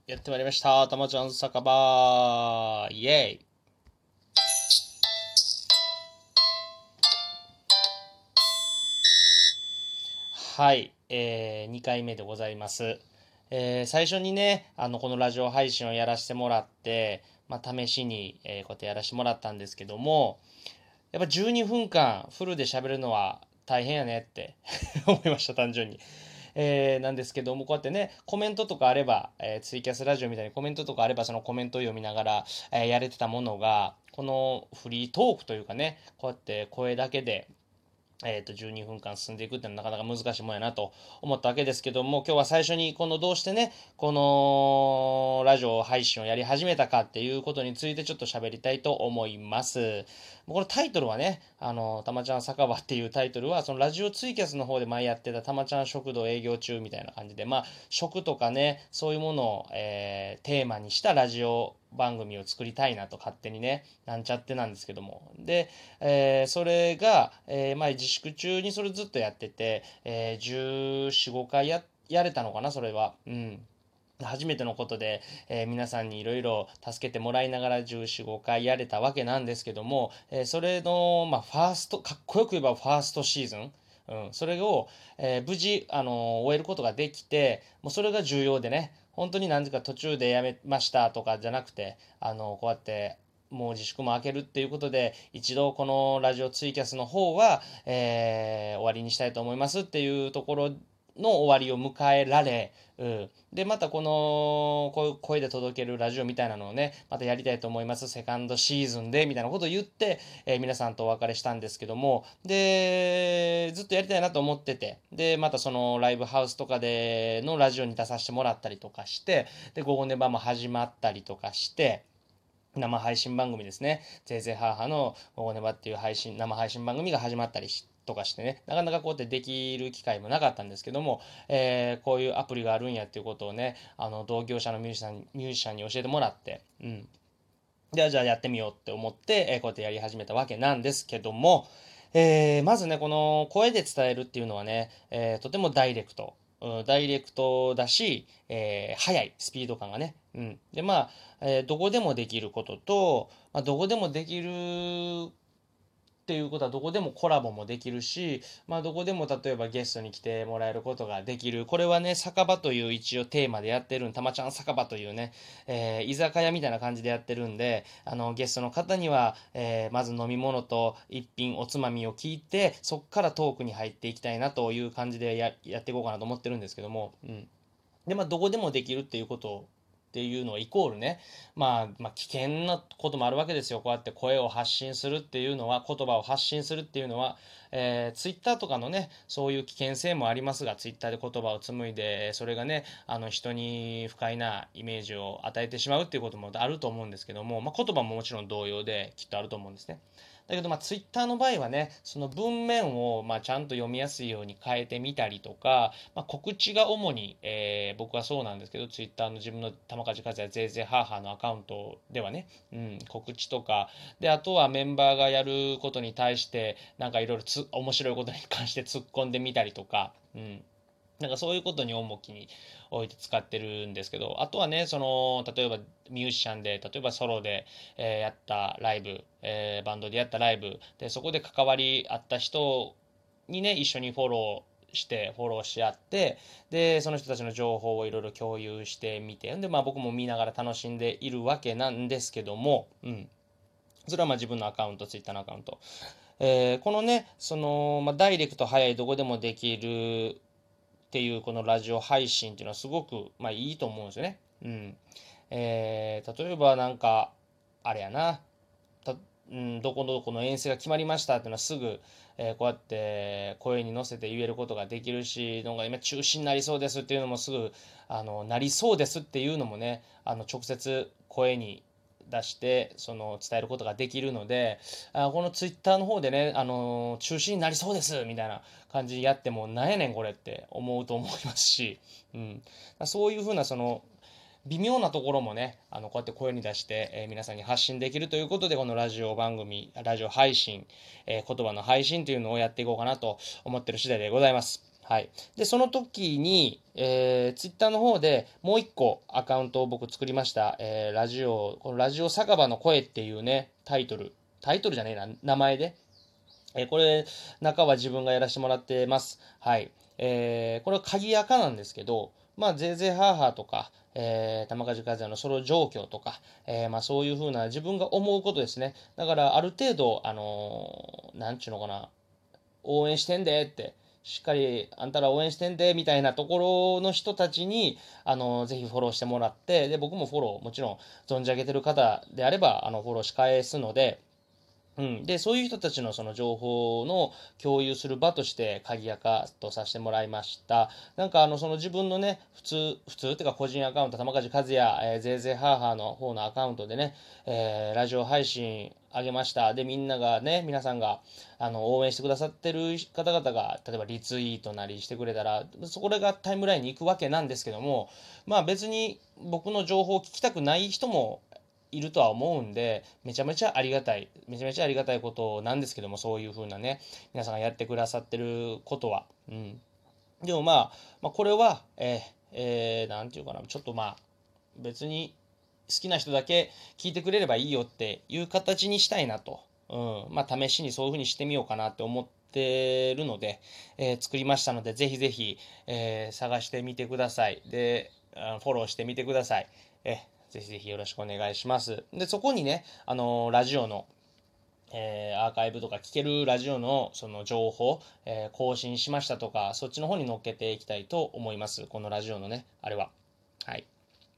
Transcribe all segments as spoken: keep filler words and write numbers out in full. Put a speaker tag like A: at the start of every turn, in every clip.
A: やってまいりました。たまちゃん酒場。イエーイ。はい、えー、にかいめでございます。えー、最初にね、あの、このラジオ配信をやらせてもらって、まあ、試しに、えーこうやってやらせてもらったんですけども、やっぱじゅうにふんかんフルで喋るのは大変やねって思いました、単純に。えーなんですけども、こうやってね、コメントとかあれば、えーツイキャスラジオみたいにコメントとかあれば、そのコメントを読みながら、えーやれてたものが、このフリートークというかね、こうやって声だけで、えっと、じゅうにふんかん進んでいくっていうのはなかなか難しいもんやなと思ったわけですけども、今日は最初にこのどうしてね、このラジオ配信をやり始めたかっていうことについてちょっと喋りたいと思います。このタイトルはね、あの、たまちゃん酒場っていうタイトルは、そのラジオツイキャスの方で前やってたたまちゃん食堂営業中みたいな感じで、まあ、食とかね、そういうものを、えーテーマにしたラジオ番組を作りたいなと勝手にね、なんちゃってなんですけども。で、えーそれが、えーまあ、自粛中にそれずっとやってて、えー、じゅうよん、ごかいや、やれたのかな、それは。うん。初めてのことで、えー皆さんにいろいろ助けてもらいながらじゅうよん、ごかいやれたわけなんですけども、えーそれの、まあ、ファースト、かっこよく言えばファーストシーズン、うん、それを、えー無事、あのー終えることができて、もうそれが重要でね、本当に何時か途中でやめましたとかじゃなくて、あのーこうやってもう自粛も明けるっていうことで、一度このラジオツイキャスの方は、えー終わりにしたいと思いますっていうところの終わりを迎えられ、うん。で、またこの、こういう声で届けるラジオみたいなのをね、またやりたいと思います。セカンドシーズンで、みたいなことを言って、えー皆さんとお別れしたんですけども、で、ずっとやりたいなと思ってて、で、またそのライブハウスとかでのラジオに出させてもらったりとかして、で、午後ネバも始まったりとかして、生配信番組ですね。ぜいぜいハーハの午後ネバっていう配信、生配信番組が始まったりしとかしてね、なかなかこうやってできる機会もなかったんですけども、えーこういうアプリがあるんやっていうことをね、あの、同業者のミュージシャン、ミュージシャンに教えてもらって、うん。では、じゃあやってみようって思って、えーこうやってやり始めたわけなんですけども、えーまずね、この声で伝えるっていうのはね、えーとてもダイレクト。うん、ダイレクトだし、えー速い、スピード感がね。うん。で、まあ、えーどこでもできることと、まあ、どこでもできるっていうことはどこでもコラボもできるし、まあ、どこでも例えばゲストに来てもらえることができる。これはね、酒場という一応テーマでやってるん、たまちゃん酒場というね、えー居酒屋みたいな感じでやってるんで、あの、ゲストの方には、えーまず飲み物と一品おつまみを聞いて、そっからトークに入っていきたいなという感じでや、やっていこうかなと思ってるんですけども、うん。で、まあ、どこでもできるっていうことっていうのはイコールね、まあ、まあ、危険なこともあるわけですよ。こうやって声を発信するっていうのは、言葉を発信するっていうのは、えー、ツイッターとかのね、そういう危険性もありますが、ツイッターで言葉を紡いで、それがね、あの人に不快なイメージを与えてしまうっていうこともあると思うんですけども、まあ、言葉ももちろん同様できっとあると思うんですね。だけど、まあ、ツイッターの場合はね、その文面を、まあ、ちゃんと読みやすいように変えてみたりとか、まあ、告知が主に、えー僕はそうなんですけど、ツイッターの自分の玉梶和也ぜいぜいハーハーのアカウントではね、うん、告知とか、で、あとはメンバーがやることに対して、なんかいろいろつ面白いことに関して突っ込んでみたりとか、うん、なんかそういうことに重きに置いて使ってるんですけど、あとはね、その、例えばミュージシャンで、例えばソロで、えーやったライブ、えーバンドでやったライブ、で、そこで関わりあった人にね、一緒にフォローして、フォローし合って、で、その人たちの情報をいろいろ共有してみて、で、まあ僕も見ながら楽しんでいるわけなんですけども、うん。それはまあ自分のアカウント、ツイッターのアカウント。えーこのね、その、まあ、ダイレクト早いどこでもできるっていうこのラジオ配信っていうのはすごく、まあ、いいと思うんですよね。うん。えー例えばなんか、あれやな、た、うん、どこどこの遠征が決まりましたっていうのはすぐ、えーこうやって声に乗せて言えることができるし、なんか今中止になりそうですっていうのもすぐ、あの、なりそうですっていうのもね、あの、直接声に出してその伝えることができるので、あこのツイッターの方でね、あの中止になりそうですみたいな感じでやってもなんやねんこれって思うと思いますし、うん、そういうふうなその微妙なところもね、あのこうやって声に出して、えー皆さんに発信できるということで、このラジオ番組、ラジオ配信、えー言葉の配信というのをやっていこうかなと思ってる次第でございます。 はい。で、その時に、えー、ツイッターの方でもう一個アカウントを僕作りました。えー、ラジオ、このラジオ酒場の声っていうね、タイトル、タイトルじゃねえな、名前で。えーこれ、中は自分がやらせてもらってます。はい。えー、これは鍵垢なんですけど、まあ、ぜいぜいハーハーとか、えー、玉梶和也のソロ状況とか、えー、まあ、そういうふうな自分が思うことですね。だから、ある程度、あのーなんちゅうのかな、応援してんでって、しっかりあんたら応援してんでみたいなところの人たちに、あの、ぜひフォローしてもらって、で、僕もフォロー、もちろん存じ上げてる方であれば、あの、フォローし返すので、うん、で、そういう人たちのその情報の共有する場として鍵アカとさせてもらいました。なんかあの、その自分のね、普通、普通っていうか個人アカウント、玉梶和也、えー、ぜいぜいハーハーの方のアカウントでね、えーラジオ配信あげました。で、みんながね、皆さんが、あの、応援してくださってる方々が、例えばリツイートなりしてくれたら、そこがタイムラインに行くわけなんですけども、まあ別に僕の情報を聞きたくない人もいるとは思うんで、めちゃめちゃありがたい、めちゃめちゃありがたいことなんですけども、そういう風なね、皆さんがやってくださってることは。うん。でもまあ、まあ、これは、えー、えー、なんていうかな、ちょっとまあ、別に好きな人だけ聞いてくれればいいよっていう形にしたいなと。うん。まあ、試しにそういう風にしてみようかなって思ってるので、えー作りましたので、ぜひぜひ、えー探してみてください。で、あフォローしてみてください。えぜひぜひよろしくお願いします。で、そこにね、あのーラジオの、えーアーカイブとか聞けるラジオのその情報、えー更新しましたとか、そっちの方に乗っけていきたいと思います。このラジオのね、あれは。はい。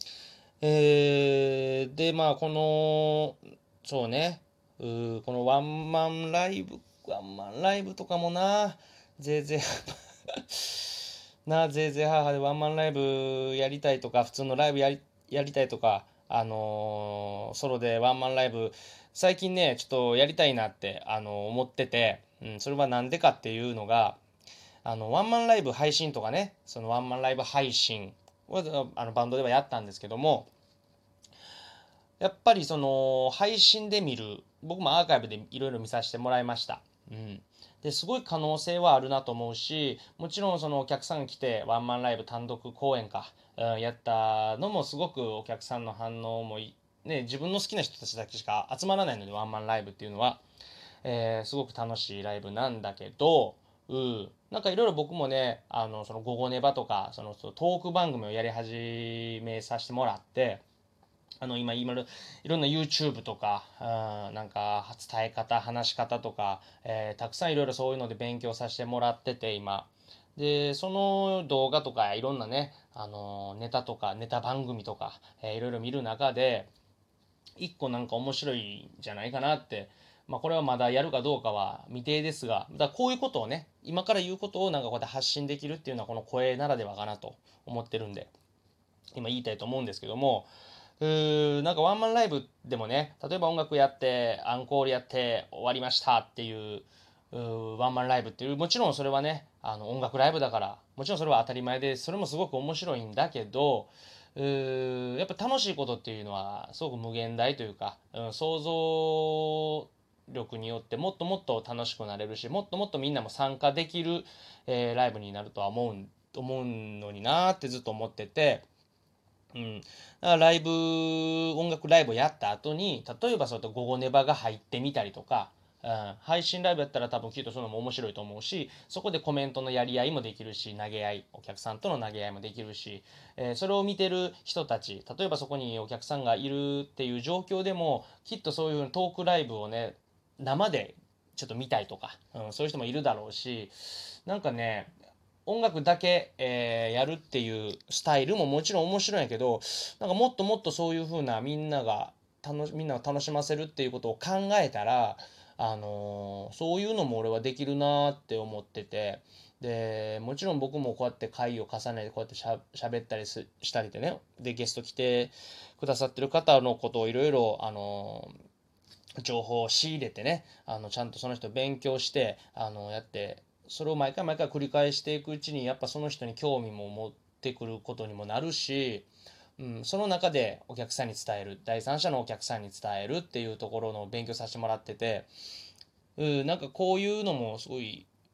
A: えー、で、まあ、この、そうね、うーこのワンマンライブ、ワンマンライブとかもな、ぜいぜいなあ、ぜいぜい母でワンマンライブやりたいとか、普通のライブやり、やりたいとか、あのーソロでワンマンライブ、最近ね、ちょっとやりたいなって、あのー思ってて、うん、それはなんでかっていうのが、あの、ワンマンライブ配信とかね、そのワンマンライブ配信を、あの、バンドではやったんですけども、やっぱりその配信で見る、僕もアーカイブでいろいろ見させてもらいました。うん。で、すごい可能性はあるなと思うし、もちろんそのお客さんが来てワンマンライブ単独公演か、うん、やったのもすごくお客さんの反応もいね、自分の好きな人たちだけしか集まらないので、ワンマンライブっていうのは、えーすごく楽しいライブなんだけど、うん、なんかいろいろ僕もね、あの、その午後ネバとか、そのそのトーク番組をやり始めさせてもらって、あの、今、今、いろんな YouTube とか、うん、なんか、伝え方、話し方とか、えーたくさんいろいろそういうので勉強させてもらってて、今。で、その動画とか、いろんなね、あの、ネタとか、ネタ番組とか、えーいろいろ見る中で、一個なんか面白いんじゃないかなって、まあ、これはまだやるかどうかは未定ですが、だからこういうことをね、今から言うことをなんかこうやって発信できるっていうのはこの声ならではかなと思ってるんで、今言いたいと思うんですけども、うーなんかワンマンライブでもね、例えば音楽やって、アンコールやって終わりましたっていう、うーワンマンライブっていう、もちろんそれはね、あの音楽ライブだから、もちろんそれは当たり前で、それもすごく面白いんだけど、うーやっぱ楽しいことっていうのはすごく無限大というか、うん、想像力によってもっともっと楽しくなれるし、もっともっとみんなも参加できる、えーライブになるとは思う思うのになーってずっと思ってて、うん。だからライブ、音楽ライブをやった後に、例えばそうやって午後ネバが入ってみたりとか、うん、配信ライブやったら多分きっとそのも面白いと思うし、そこでコメントのやり合いもできるし、投げ合い、お客さんとの投げ合いもできるし、えーそれを見てる人たち、例えばそこにお客さんがいるっていう状況でも、きっとそういうトークライブをね、生でちょっと見たいとか、うん、そういう人もいるだろうし、なんかね、音楽だけ、えーやるっていうスタイルももちろん面白いんやけど、なんかもっともっとそういう風なみんなが楽し、みんなを楽しませるっていうことを考えたら、あのーそういうのも俺はできるなーって思ってて、で、もちろん僕もこうやって回を重ねてこうやってしゃ、喋ったりすしたりでね、で、ゲスト来てくださってる方のことをいろいろ、あのー情報を仕入れてね、あの、ちゃんとその人勉強して、あの、やって、それを毎回毎回繰り返していくうちに、やっぱその人に興味も持ってくることにもなるし、うん、その中でお客さんに伝える、第三者のお客さんに伝えるっていうところの勉強させてもらってて、うん、なんかこういうのもすごい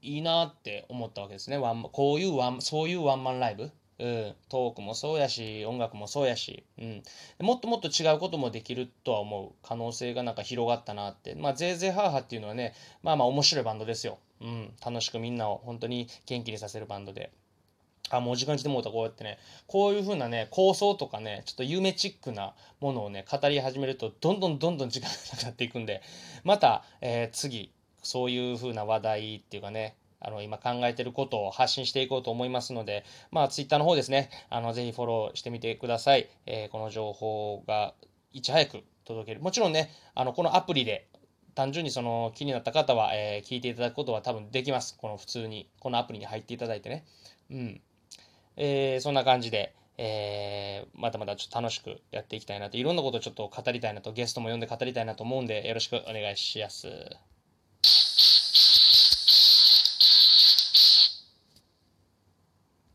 A: いいなって思ったわけですね。ワンこういうワン、そういうワンマンライブ。うん、トークもそうやし、音楽もそうやし、うん、もっともっと違うこともできるとは思う可能性がなんか広がったなって。まあ、ぜいぜいハーハっていうのはね、まあまあ面白いバンドですよ。うん、楽しくみんなを本当に元気にさせるバンドで。あ、もう時間来てもうた、こうやってね、こういう風なね、構想とかね、ちょっと夢チックなものをね、語り始めると、どんどんどんどん時間がなくなっていくんで、また、えー次、そういう風な話題っていうかね、あの、今考えてることを発信していこうと思いますので、まあ、ツイッターの方ですね、あの、ぜひフォローしてみてください。えーこの情報がいち早く届ける。もちろんね、あの、このアプリで、単純にその気になった方は、えー聞いていただくことは多分できます。この普通に、このアプリに入っていただいてね。うん。えーそんな感じで、えーまだまだちょっと楽しくやっていきたいなと、いろんなことをちょっと語りたいなと、ゲストも呼んで語りたいなと思うんで、よろしくお願いします。